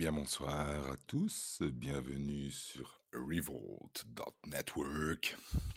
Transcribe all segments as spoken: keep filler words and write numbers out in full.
Eh bien, bonsoir à tous, bienvenue sur Revolt dot network.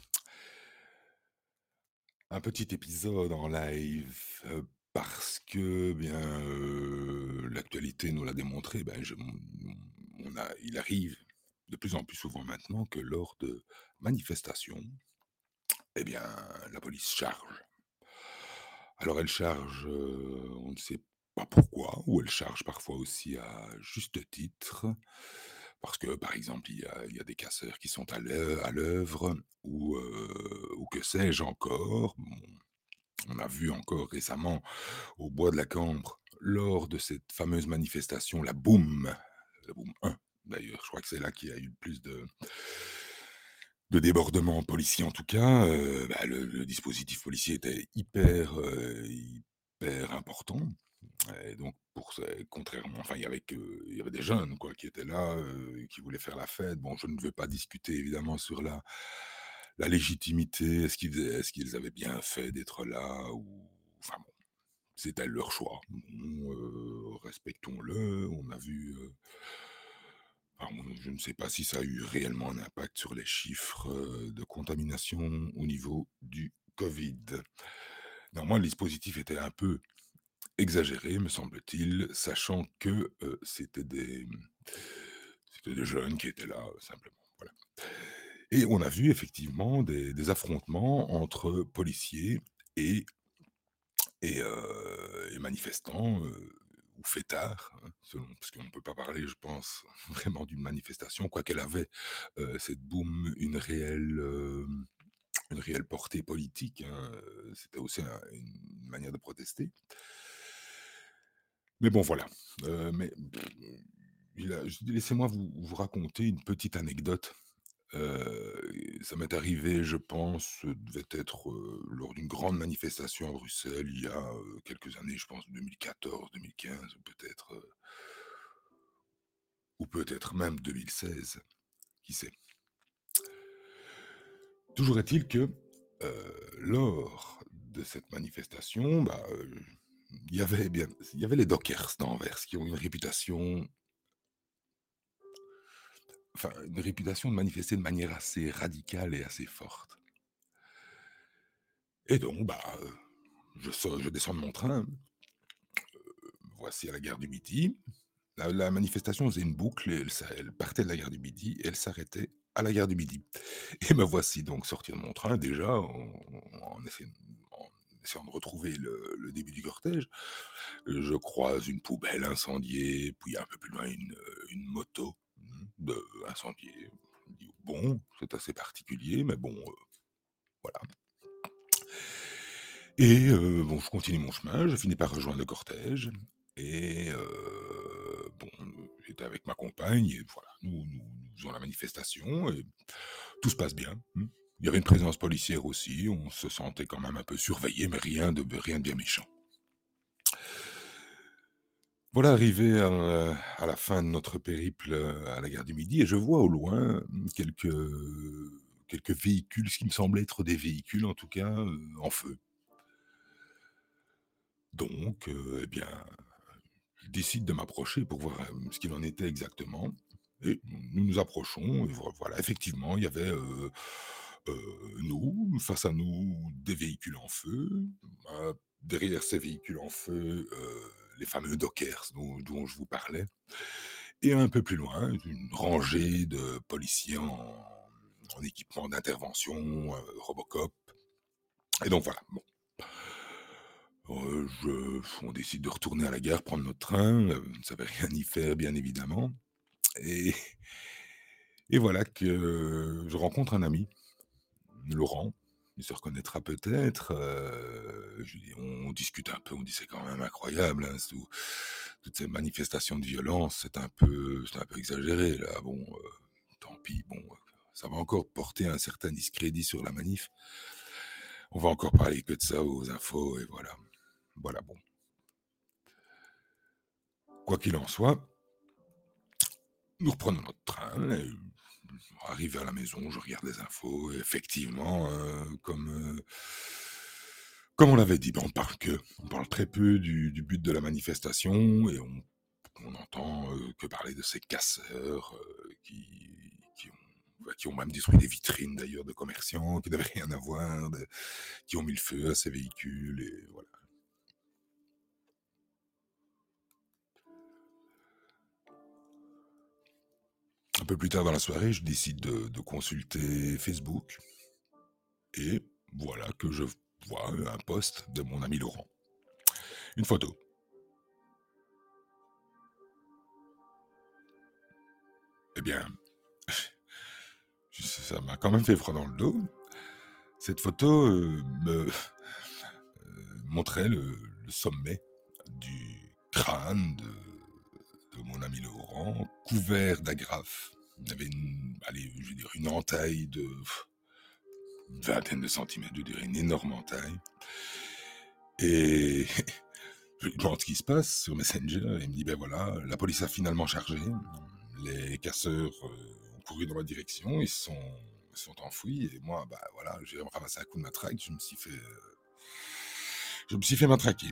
Un petit épisode en live euh, parce que, bien, euh, l'actualité nous l'a démontré. Ben, je- on a, il arrive de plus en plus souvent maintenant que lors de manifestations, eh bien, la police charge. Alors elle charge, euh, on ne sait pas pourquoi, ou elle charge parfois aussi à juste titre, parce que par exemple il y a, il y a des casseurs qui sont à l'œu- à l'œuvre, ou, euh, ou que sais-je encore. Bon, on a vu encore récemment au Bois de la Cambre, lors de cette fameuse manifestation, la Boum, la Boum un, d'ailleurs, je crois que c'est là qu'il y a eu le plus de, de débordements policiers en tout cas. Euh, bah, le, le dispositif policier était hyper, euh, hyper important. Et donc, pour ça, contrairement, enfin, il y avait que, il y avait des jeunes, quoi, qui étaient là, euh, qui voulaient faire la fête. Bon, je ne veux pas discuter évidemment sur la, la légitimité. Est-ce qu'ils, est-ce qu'ils avaient bien fait d'être là ou, enfin bon, c'était leur choix. Bon, euh, respectons-le. On a vu. euh, enfin, on- je ne sais pas si ça a eu réellement un impact sur les chiffres euh, de contamination au niveau du Covid. Néanmoins, le dispositif était un peu exagéré, me semble-t-il, sachant que, heu, c'était des, mmh, c'était des jeunes qui étaient là, heu, simplement, voilà. Et on a vu effectivement des des affrontements entre policiers et et heu et manifestants, heu, ou fêtards, hein, selon parce qu'on ne peut pas parler, je pense, vraiment d'une manifestation, quoiqu'elle avait, heu, cette boum, une réelle, hem, une réelle portée politique, hein, heu, c'était aussi un une manière de protester. Mais bon, voilà. Heu, mais pff, il a je laissez-moi vous vous raconter une petite anecdote. Heu, ça m'est arrivé, je pense, ce devait être, heu, lors d'une grande manifestation à Bruxelles, il y a, heu, quelques années, je pense deux mille quatorze, deux mille quinze ou peut-être, heu, ou peut-être même deux mille seize, qui sait? Toujours est-il que, heu, lors de cette manifestation, bah, heu, il y avait bien il y avait les Dockers d'Anvers qui ont une réputation enfin, une réputation de manifester de manière assez radicale et assez forte. Et donc, bah, heu, je sors je descends de mon train, me voici à la gare du Midi. La la manifestation faisait une boucle et elle s'a elle partait de la gare du Midi et elle s'arrêtait à la gare du Midi. Et me voici donc sortir de mon train déjà en en essayant en essayant de retrouver le le début du cortège. Je croise une poubelle incendiée, puis un peu plus loin une, heu, une moto, mmh, de incendiée. Je me dis: «Bon, c'est assez particulier, mais bon, heu, voilà». Et heu, bon, je continue mon chemin, je finis par rejoindre le cortège et heu, bon, heu, j'étais avec ma compagne et voilà, nous nous nous faisons la manifestation et tout se passe bien, mmh. Il y avait une présence policière aussi, on se sentait quand même un peu surveillés, mais rien de rien de bien méchant. Voilà arrivé à à la fin de notre périple, heu, à la gare du Midi et je vois au loin, mmh, quelques, quelques véhicules, ce qui me semblait être des véhicules en tout cas, heu, en feu. Donc heu, eh bien, je décide de m'approcher pour voir, hem, ce qu'il en était exactement et nous nous approchons et voi voilà, effectivement, il y avait, heu heu, nous, face à nous, des véhicules en feu, heu, derrière ces véhicules en feu, heu, les fameux Dockers dont dont je vous parlais et un peu plus loin, une rangée de policiers en en équipement d'intervention, heu, Robocop et donc voilà, bon. Heu, je on décide de retourner à la gare, prendre notre train, heu, on ne savait rien y faire bien évidemment et et voilà que je rencontre un ami, Laurent, il se reconnaîtra peut-être, heu, je lui dis on discute un peu, on dit: «C'est quand même incroyable, hein, sous toutes ces manifestations de violence, c'est un peu c'est un peu exagéré là». Bon, heu, tant pis, bon, heu, ça va encore porter un certain discrédit sur la manif. On va encore parler que de ça aux infos et voilà. Voilà, bon. Quoi qu'il en soit, nous reprenons notre train et arrivé à la maison, je regarde les infos et effectivement, heu, comme, heu, comme on l'avait dit, ben, on parle que on parle très peu du du but de la manifestation et on on n'entend euh, que parler de ces casseurs euh, qui, qui, ont, bah, qui ont même détruit des vitrines d'ailleurs de commerçants qui n'avaient rien à voir, de- qui ont mis le feu à ces véhicules, et voilà. Un peu plus tard dans la soirée, je décide de, de consulter Facebook, et voilà que je vois un post de mon ami Laurent. Une photo. Eh bien, ça m'a quand même fait froid dans le dos. Cette photo euh, me euh, montrait le, le sommet du crâne de, de mon ami Laurent, couvert d'agrafes. Il avait une, allez, je veux dire, une entaille de pff, une vingtaine de centimètres, je dirais une énorme entaille. Et je lui demande ce qui se passe sur Messenger, et il me dit, ben voilà, la police a finalement chargé, les casseurs euh, ont couru dans ma direction, ils se sont, ils sont enfouis, et moi, bah voilà, j'ai ramassé un coup de matraque, je me suis fait, euh, je me suis fait matraquer.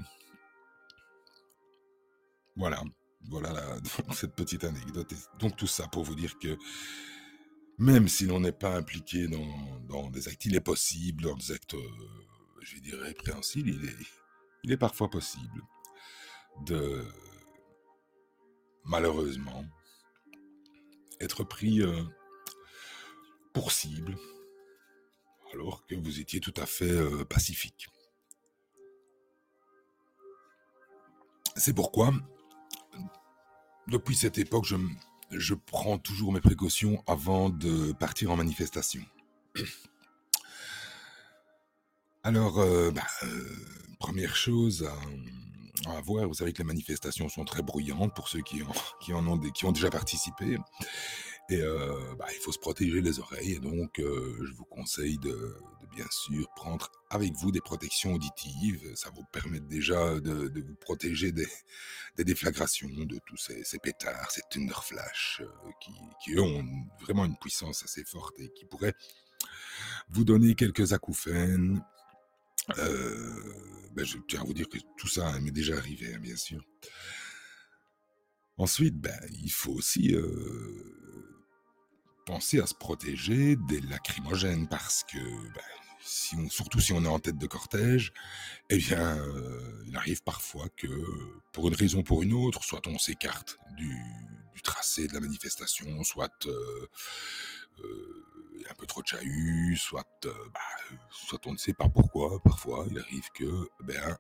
Voilà, voilà la- donc cette petite anecdote. Et donc tout ça pour vous dire que même si l'on n'est pas impliqué dans, dans des actes, il est possible, dans des actes, euh, je dirais, répréhensibles, il est, il est parfois possible de, malheureusement, être pris euh, pour cible, alors que vous étiez tout à fait euh, pacifique. C'est pourquoi, depuis cette époque, je, je prends toujours mes précautions avant de partir en manifestation. Alors, euh, bah, euh, première chose à, à voir, vous savez que les manifestations sont très bruyantes pour ceux qui, ont, qui, en ont, des, qui ont déjà participé. Et euh, bah, il faut se protéger les oreilles. Et donc, euh, je vous conseille de, de bien sûr prendre avec vous des protections auditives. Ça vous permet déjà de, de vous protéger des, des déflagrations, de tous ces, ces pétards, ces thunderflash, euh, qui, qui eux ont vraiment une puissance assez forte et qui pourraient vous donner quelques acouphènes. Euh, ben, je tiens à vous dire que tout ça m'est déjà arrivé, hein, bien sûr. Ensuite, ben, il faut aussi euh, penser à se protéger des lacrymogènes parce que, ben, si on, surtout si on est en tête de cortège, eh bien, euh, il arrive parfois que, pour une raison ou pour une autre, soit on s'écarte du, du tracé de la manifestation, soit euh, euh, un peu trop de chahut, soit, euh, bah, soit on ne sait pas pourquoi. Parfois, il arrive que, ben,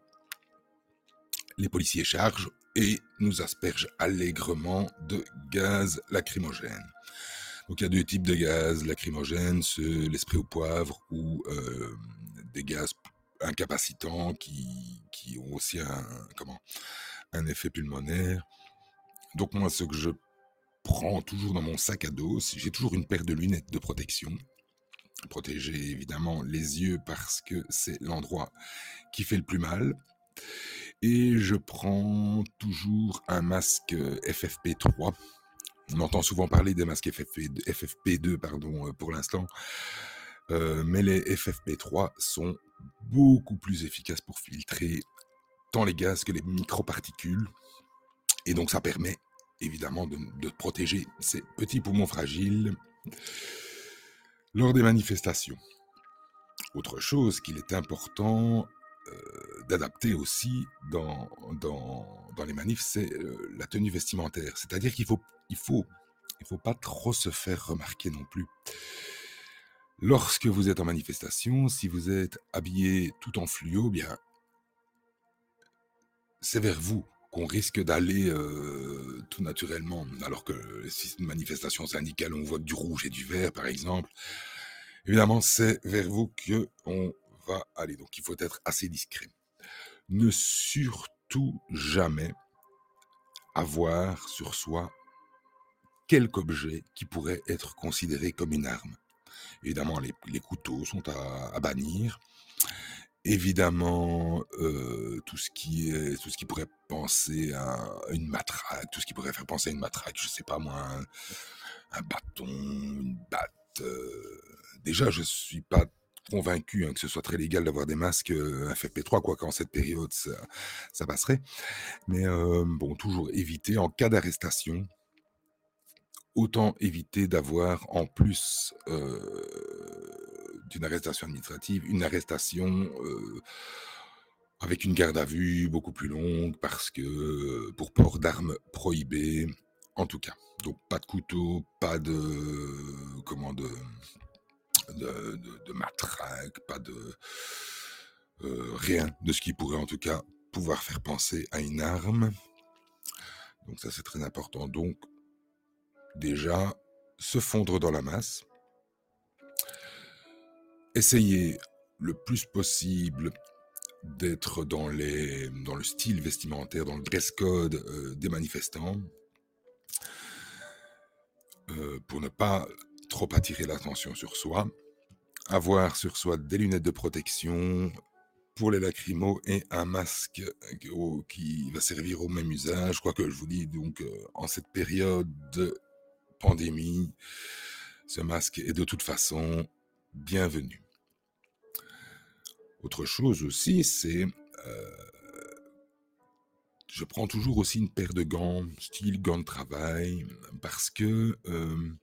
les policiers chargent et nous aspergent allègrement de gaz lacrymogène. Donc il y a deux types de gaz lacrymogènes, ceux, les sprays au poivre ou euh, des gaz incapacitants qui, qui ont aussi un, comment, un effet pulmonaire. Donc moi, ce que je prends toujours dans mon sac à dos, j'ai toujours une paire de lunettes de protection. Protéger évidemment les yeux parce que c'est l'endroit qui fait le plus mal. Et je prends toujours un masque F F P trois. On entend souvent parler des masques F F P deux pardon, pour l'instant, euh, mais les F F P trois sont beaucoup plus efficaces pour filtrer tant les gaz que les microparticules. Et donc ça permet évidemment de, de protéger ces petits poumons fragiles lors des manifestations. Autre chose qu'il est important euh, d'adapter aussi dans, dans, dans les manifs, c'est euh, la tenue vestimentaire. C'est-à-dire qu'il faut, il faut, il faut pas trop se faire remarquer non plus. Lorsque vous êtes en manifestation, si vous êtes habillé tout en fluo, bien, c'est vers vous qu'on risque d'aller euh, tout naturellement. Alors que si c'est une manifestation syndicale, on voit du rouge et du vert, par exemple, évidemment, c'est vers vous qu'on va aller. Donc, il faut être assez discret. Ne surtout jamais avoir sur soi quelque objet qui pourrait être considéré comme une arme. Évidemment, les, les couteaux sont à, à bannir. Évidemment, euh, tout ce qui est, tout ce qui pourrait penser à une matraque, tout ce qui pourrait faire penser à une matraque, je sais pas moi, un, un bâton, une batte. Euh, déjà, je suis pas convaincu, hein, que ce soit très légal d'avoir des masques, heu, F F P trois, quoique en cette période ça ça passerait. Mais, hem, bon, toujours éviter en cas d'arrestation autant éviter d'avoir en plus, heu, d'une arrestation administrative, une arrestation, heu, avec une garde à vue beaucoup plus longue parce que, heu, pour port d'armes prohibées, en tout cas. Donc pas de couteau, pas de comment de de de de matraque, pas de, heu, rien de ce qui pourrait en tout cas pouvoir faire penser à une arme. Donc ça, c'est très important. Donc déjà, se fondre dans la masse. Essayer le plus possible d'être dans les dans le style vestimentaire, dans le dress code, heu, des manifestants heu, pour ne pas trop attirer l'attention sur soi. Avoir sur soi des lunettes de protection pour les lacrymos et un masque, heu, q au qui va servir au même usage. Quoique je vous dis donc, heu, en cette période de pandémie, ce masque est de toute façon bienvenu. Autre chose aussi, c'est, heu, je prends toujours aussi une paire de gants, style gants de travail, parce que, hem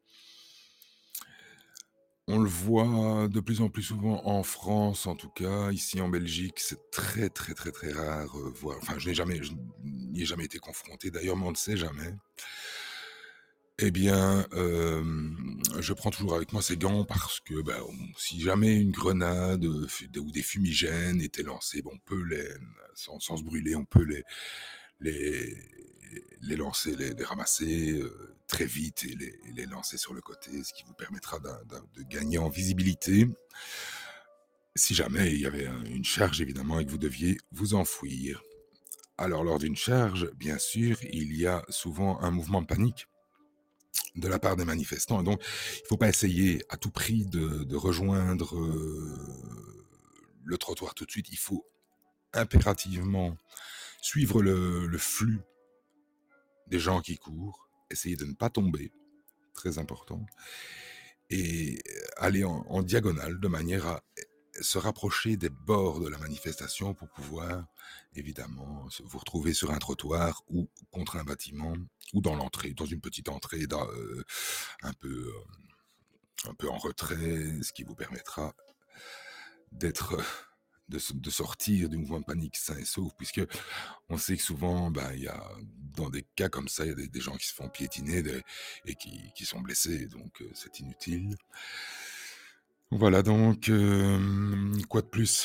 on le voit de plus en plus souvent en France, en tout cas. Ici en Belgique, c'est très, très, très, très rare, heu, voir enfin, je n'ai jamais je n'y ai jamais été confronté d'ailleurs, mais on ne sait jamais. Eh bien, hem, je prends toujours avec moi ces gants parce que, bah, on si jamais une grenade, heu, fu ou des fumigènes étaient lancés, bon, on peut les sans sans se brûler, on peut les les les lancer, les les ramasser, heu, très vite et les et les lancer sur le côté, ce qui vous permettra d'un d'un de gagner en visibilité si jamais il y avait un une charge évidemment et que vous deviez vous enfuir. Alors lors d'une charge, bien sûr, il y a souvent un mouvement de panique de la part des manifestants et donc il faut pas essayer à tout prix de de rejoindre, heu, le trottoir tout de suite. Il faut impérativement suivre le le flux des gens qui courent, essayer de ne pas tomber, très important et aller en en diagonale de manière à se rapprocher des bords de la manifestation pour pouvoir évidemment se vous retrouver sur un trottoir ou contre un bâtiment ou dans l'entrée, dans une petite entrée dans, heu, un peu, hem, un peu en retrait, ce qui vous permettra d'être, heu, de s de sortir du mouvement de panique sain et sauf puisqu'on sait que souvent, bah, il y a dans des cas comme ça, il y a des des gens qui se font piétiner des et qui qui sont blessés donc heu, c'est inutile. Voilà donc hem, quoi de plus?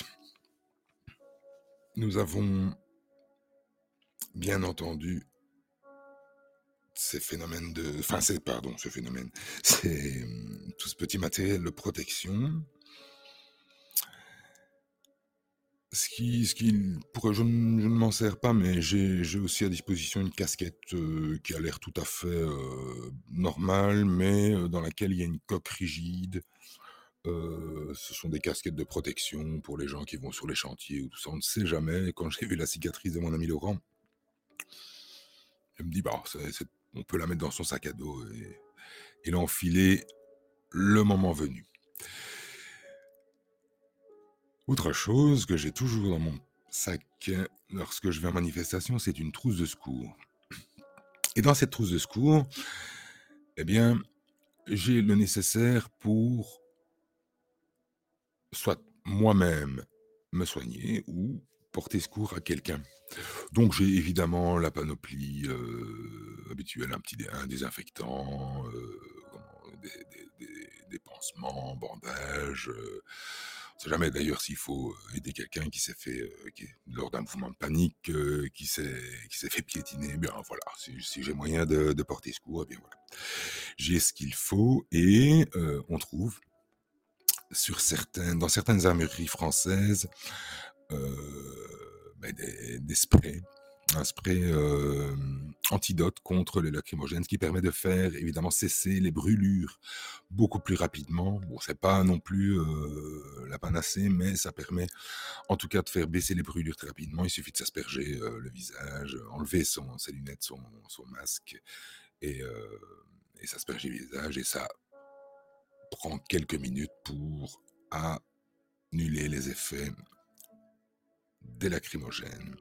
Nous avons bien entendu ces phénomènes de enfin, c'est pardon, ce phénomène, c'est, mmh, tout ce petit matériel de protection ce qui ce qui pourrait je ne je ne m'en sers pas, mais j'ai j'ai aussi à disposition une casquette, heu, qui a l'air tout à fait, heu, normale, mais heu, dans laquelle il y a une coque rigide. Heu, ce sont des casquettes de protection pour les gens qui vont sur les chantiers ou tout ça, on ne sait jamais. Quand j'ai vu la cicatrice de mon ami Laurent je me dis: «Bah, c'est c'est on peut la mettre dans son sac à dos et et l'enfiler le moment venu». Autre chose que j'ai toujours dans mon sac lorsque je vais en manifestation, c'est une trousse de secours et dans cette trousse de secours eh bien, j'ai le nécessaire pour soit moi-même me soigner ou porter secours à quelqu'un. Donc j'ai évidemment la panoplie, heu, habituelle, un petit dé un désinfectant, heu, comment des des des des pansements, bandages, heu, on sait jamais d'ailleurs s'il faut, heu, aider quelqu'un qui s'est fait, heu, qui est lors d'un mouvement de panique, heu, qui s'est qui s'est fait piétiner, eh bien voilà, si si j'ai moyen de de porter secours, eh bien voilà. J'ai ce qu'il faut et heu, on trouve sur certains dans certaines armureries françaises, heu, bah, des des sprays, un spray, hem, antidote contre les lacrymogènes, ce qui permet de faire évidemment cesser les brûlures beaucoup plus rapidement. Bon, c'est pas non plus, heu, la panacée, mais ça permet en tout cas de faire baisser les brûlures très rapidement. Il suffit de s'asperger, heu, le visage, enlever son ses lunettes, son son masque et heu et s'asperger le visage et ça prend quelques minutes pour, à annuler les effets des lacrymogènes.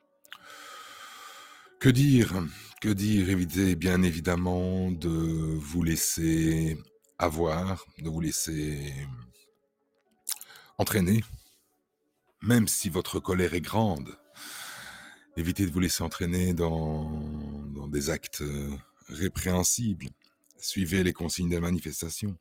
Que dire? Que dire? Évitez bien évidemment de vous laisser avoir, de vous laisser entraîner, même si votre colère est grande. Évitez de vous laisser entraîner dans, dans des actes euh, répréhensibles. Suivez les consignes des manifestations.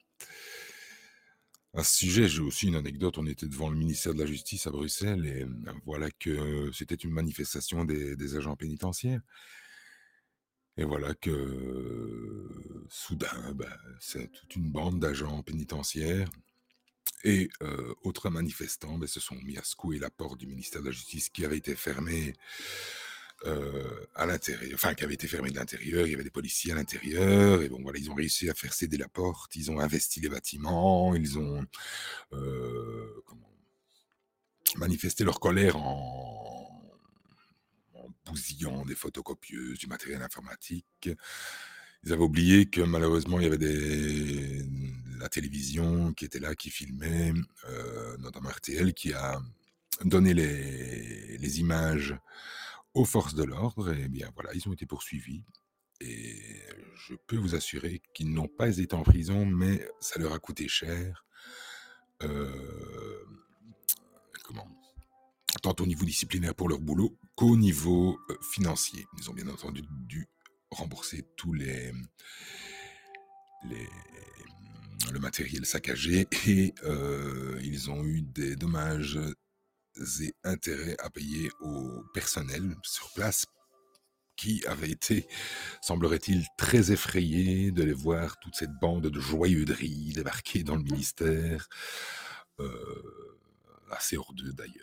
À ce sujet, j'ai aussi une anecdote. On était devant le ministère de la Justice à Bruxelles et euh, voilà que c'était une manifestation des, des agents pénitentiaires. Et voilà que euh, soudain, ben, c'est toute une bande d'agents pénitentiaires et euh, autres manifestants ben, se sont mis à secouer la porte du ministère de la Justice qui avait été fermée euh, à l'intérieur, enfin qui avait été fermée de l'intérieur. Il y avait des policiers à l'intérieur et bon voilà, ils ont réussi à faire céder la porte. Ils ont investi les bâtiments, ils ont euh, comment, manifesté leur colère en en bousillant des photocopieuses, du matériel informatique. Ils avaient oublié que malheureusement, il y avait des la télévision qui était là, qui filmait, heu, notamment R T L, qui a donné les les images aux forces de l'ordre et bien voilà, ils ont été poursuivis et je peux vous assurer qu'ils n'ont pas été en prison, mais ça leur a coûté cher. Heu, comment? Tant au niveau disciplinaire pour leur boulot qu'au niveau euh, financier. Ils ont bien entendu dû rembourser tous les, les le matériel saccagé et euh, ils ont eu des dommages et intérêts à payer au personnel sur place qui avait été, semblerait-il, très effrayé de les voir toute cette bande de joyeuderie débarquer dans le ministère, euh, assez hors d'eux d'ailleurs.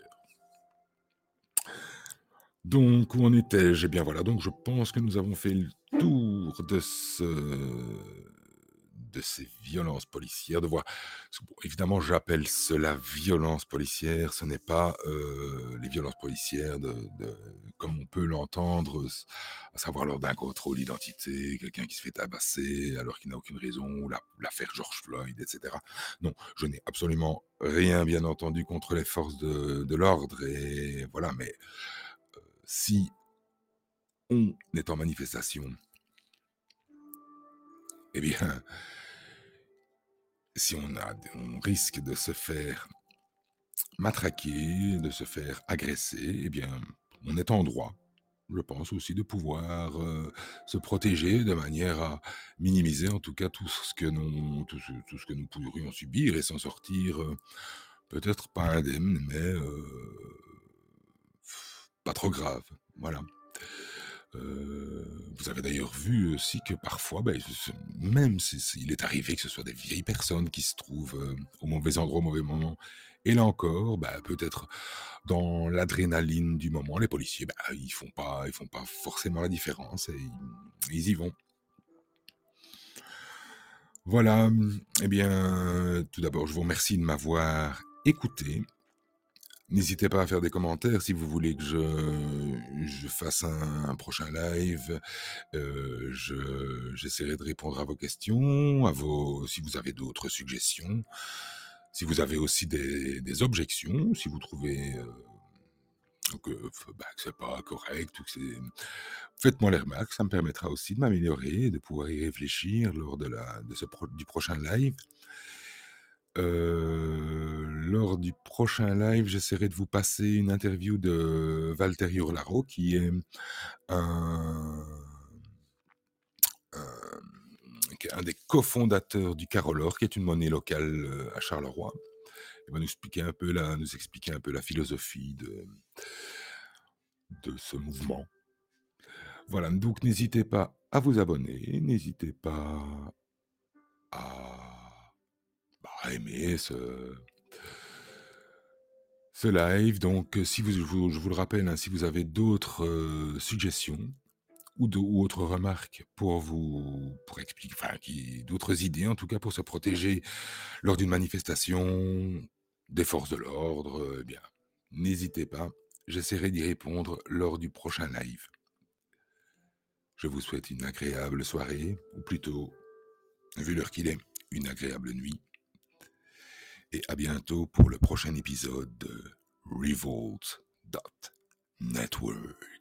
Donc, où en étais-je? Eh bien voilà, donc je pense que nous avons fait le tour de ce de ces violences policières, de voir bon, évidemment, j'appelle cela violence policière, ce n'est pas, heu, les violences policières de de comme on peut l'entendre, s à savoir lors d'un contrôle d'identité, quelqu'un qui se fait tabasser alors qu'il n'a aucune raison, ou la l'affaire George Floyd et cetera. Non, je n'ai absolument rien, bien entendu, contre les forces de de l'ordre et voilà, mais si on est en manifestation, eh bien, si on a on risque de se faire matraquer, de se faire agresser, eh bien, on est en droit, je pense aussi, de pouvoir, heu, se protéger de manière à minimiser, en tout cas, tout ce que nous tout ce tout ce que nous pourrions subir et s'en sortir, heu, peut-être pas indemne, mais, heu, pas trop grave, voilà. Heu, vous avez d'ailleurs vu aussi que parfois, beh, ce même si si il est arrivé que ce soit des vieilles personnes qui se trouvent, heu, au mauvais endroit au mauvais moment et là encore, bah, peut-être dans l'adrénaline du moment, les policiers, bah, ils font pas ils font pas forcément la différence et ils ils y vont. Voilà, mmh, et bien, tout d'abord, je vous remercie de m'avoir écouté. N'hésitez pas à faire des commentaires si vous voulez que je je fasse un un prochain live. Heu, je j'essaierai de répondre à vos questions, à vos si vous avez d'autres suggestions, si vous avez aussi des des objections, si vous trouvez, heu, que f bah, que c'est pas correct ou que c'est faites-moi les remarques, ça me permettra aussi de m'améliorer et de pouvoir y réfléchir lors de la de ce pro du prochain live. Heu, lors du prochain live, j'essaierai de vous passer une interview de Walter Hurlaro qui est un un qui est un des cofondateurs du Carolor, qui est une monnaie locale, heu, à Charleroi. Il va nous expliquer un peu la nous expliquer un peu la philosophie de de ce mouvement. Voilà, donc n'hésitez pas à vous abonner, n'hésitez pas à, bah, à aimer ce ce live. Donc, heu, si vous je vous je vous le rappelle, hein, si vous avez d'autres, heu, suggestions ou d'au ou autres remarques pour vous pour expliquer enfin qui d'autres idées en tout cas pour se protéger lors d'une manifestation, des forces de l'ordre, heu, eh bien, n'hésitez pas, j'essaierai d'y répondre lors du prochain live. Je vous souhaite une agréable soirée, ou plutôt, vu l'heure qu'il est, une agréable nuit et à bientôt pour le prochain épisode de Revolt Network.